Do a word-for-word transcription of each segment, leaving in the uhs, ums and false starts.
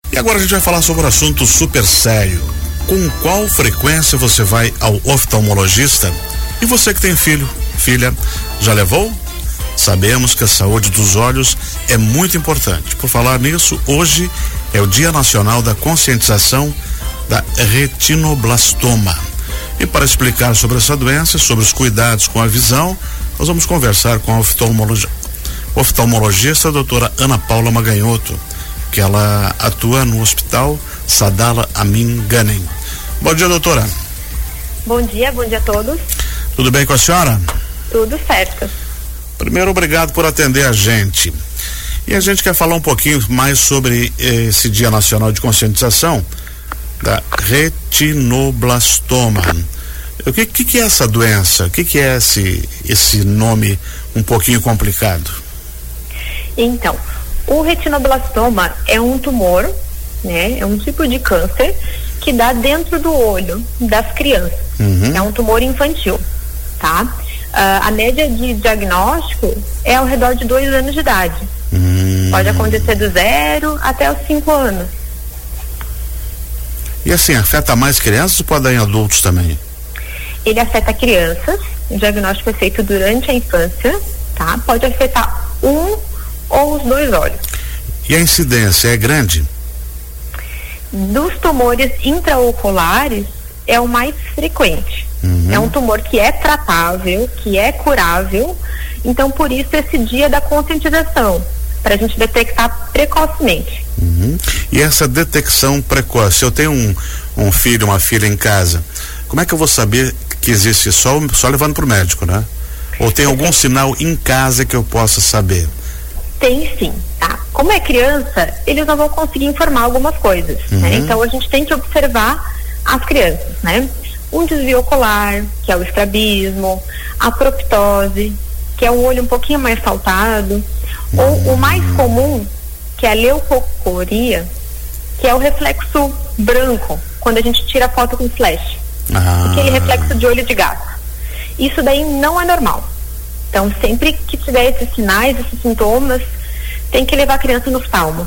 E agora a gente vai falar sobre um assunto super sério. Com qual frequência você vai ao oftalmologista? E você que tem filho, filha, já levou? Sabemos que a saúde dos olhos é muito importante. Por falar nisso, hoje é o Dia Nacional da Conscientização da Retinoblastoma. E para explicar sobre essa doença, sobre os cuidados com a visão, nós vamos conversar com a oftalmologi- oftalmologista a doutora Ana Paula Maganhoto, que ela atua no Hospital Sadala Amin Ghanem. Bom dia, doutora. Bom dia, bom dia a todos. Tudo bem com a senhora? Tudo certo. Primeiro, obrigado por atender a gente. E a gente quer falar um pouquinho mais sobre esse Dia Nacional de Conscientização da retinoblastoma. O que, que, que é essa doença? O que, que é esse, esse nome um pouquinho complicado? Então, o retinoblastoma é um tumor, né? É um tipo de câncer que dá dentro do olho das crianças. Uhum. É um tumor infantil, tá? Uh, a média de diagnóstico é ao redor de dois anos de idade. Hum. Pode acontecer do zero até os cinco anos. E assim, afeta mais crianças ou pode dar em adultos também? Ele afeta crianças, o diagnóstico é feito durante a infância, tá? Pode afetar um ou os dois olhos. E a incidência é grande? Dos tumores intraoculares é o mais frequente. Uhum. É um tumor que é tratável, que é curável, então por isso esse dia da conscientização, para a gente detectar precocemente. Uhum. E essa detecção precoce, eu tenho um, um filho, uma filha em casa, como é que eu vou saber que existe? Só, só levando para o médico, né? Ou tem algum sinal em casa que eu possa saber? Tem sim, tá? Como é criança, eles não vão conseguir informar algumas coisas, uhum. né? Então a gente tem que observar as crianças, né? Um desvio ocular, que é o estrabismo, a proptose, que é um olho um pouquinho mais saltado, uhum. ou o mais comum, que é a leucocoria, que é o reflexo branco, quando a gente tira a foto com flash. Ah. Aquele reflexo de olho de gato. Isso daí não é normal. Então, sempre que tiver esses sinais, esses sintomas, tem que levar a criança no oftalmo.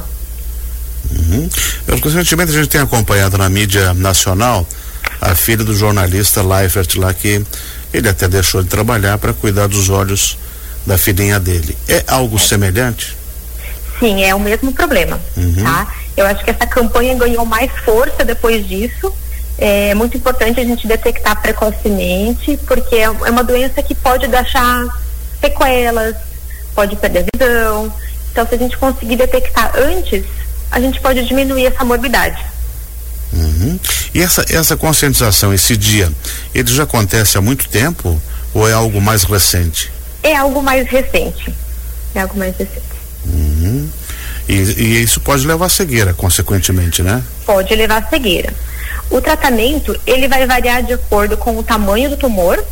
Uhum. Eu, recentemente a gente tem acompanhado na mídia nacional a filha do jornalista Leifert lá, que ele até deixou de trabalhar para cuidar dos olhos da filhinha dele. É algo é. semelhante? Sim, é o mesmo problema, uhum. tá? Eu acho que essa campanha ganhou mais força depois disso. É muito importante a gente detectar precocemente, porque é uma doença que pode deixar sequelas, pode perder a visão. Então, se a gente conseguir detectar antes, a gente pode diminuir essa morbidade. Uhum. E essa, essa conscientização, esse dia, ele já acontece há muito tempo ou é algo mais recente? É algo mais recente. É algo mais recente. Uhum. E, e isso pode levar a cegueira, consequentemente, né? Pode levar a cegueira. O tratamento, ele vai variar de acordo com o tamanho do tumor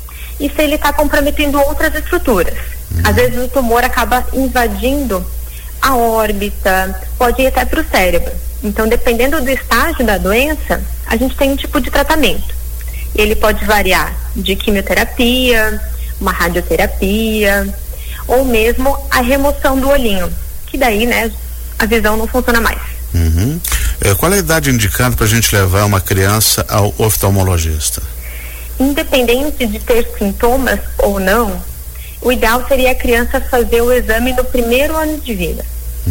e se ele está comprometendo outras estruturas. Uhum. Às vezes o tumor acaba invadindo a órbita, pode ir até para o cérebro. Então, dependendo do estágio da doença, a gente tem um tipo de tratamento. Ele pode variar de quimioterapia, uma radioterapia, ou mesmo a remoção do olhinho, que daí, né, a visão não funciona mais. Uhum. É, qual é a idade indicada para a gente levar uma criança ao oftalmologista? Independente de ter sintomas ou não, o ideal seria a criança fazer o exame no primeiro ano de vida.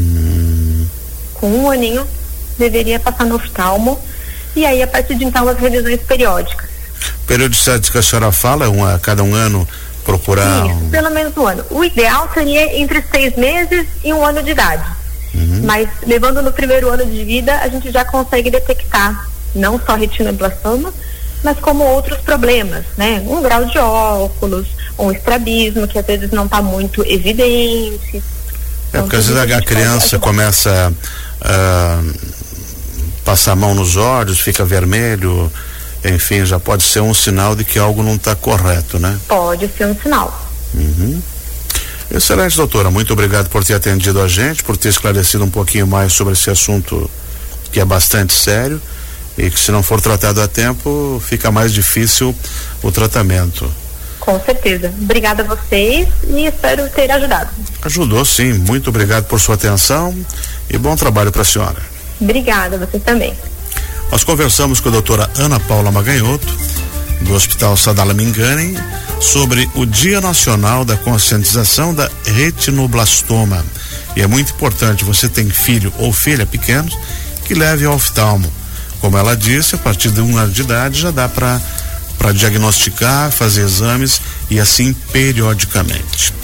Uhum. Com um aninho, deveria passar no oftalmo e aí a partir de então as revisões periódicas. Periodicidade que a senhora fala, uma, a cada um ano procurar? Isso, um... pelo menos um ano. O ideal seria entre seis meses e um ano de idade. Uhum. Mas levando no primeiro ano de vida, a gente já consegue detectar não só retinoblastoma, mas como outros problemas, né? Um grau de óculos, um estrabismo que às vezes não está muito evidente. É, porque às vezes a, a criança começa a passar a mão nos olhos, fica vermelho, enfim, já pode ser um sinal de que algo não está correto, né? Pode ser um sinal. Uhum. Excelente, doutora, muito obrigado por ter atendido a gente, por ter esclarecido um pouquinho mais sobre esse assunto que é bastante sério e que, se não for tratado a tempo, fica mais difícil o tratamento. Com certeza. Obrigada a vocês e espero ter ajudado. Ajudou sim, muito obrigado por sua atenção e bom trabalho para a senhora. Obrigada, você também. Nós conversamos com a doutora Ana Paula Maganhoto, do Hospital Sadala Mingani, sobre o Dia Nacional da Conscientização da Retinoblastoma. E é muito importante, você tem filho ou filha pequenos, que leve ao oftalmo. Como ela disse, a partir de um ano de idade já dá para para diagnosticar, fazer exames e assim periodicamente.